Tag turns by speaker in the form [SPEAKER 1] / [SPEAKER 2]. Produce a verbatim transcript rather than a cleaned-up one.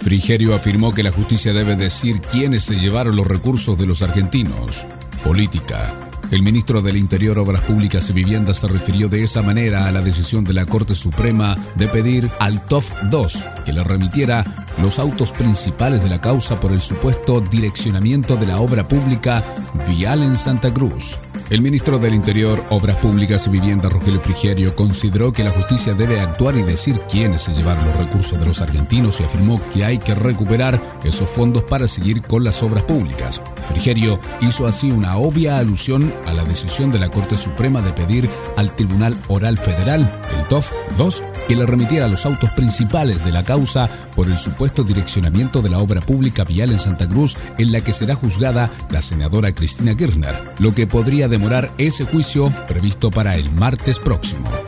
[SPEAKER 1] Frigerio afirmó que la justicia debe decir quiénes se llevaron los recursos de los argentinos. Política. El ministro del Interior, Obras Públicas y Vivienda se refirió de esa manera a la decisión de la Corte Suprema de pedir al T O F dos que le remitiera los autos principales de la causa por el supuesto direccionamiento de la obra pública vial en Santa Cruz. El ministro del Interior, Obras Públicas y Vivienda, Rogelio Frigerio, consideró que la justicia debe actuar y decir quiénes se llevaron los recursos de los argentinos y afirmó que hay que recuperar esos fondos para seguir con las obras públicas. Frigerio hizo así una obvia alusión a la decisión de la Corte Suprema de pedir al Tribunal Oral Federal, el T O F dos, que le remitiera los autos principales de la causa por el supuesto direccionamiento de la obra pública vial en Santa Cruz, en la que será juzgada la senadora Cristina Kirchner, lo que podría demorar ese juicio previsto para el martes próximo.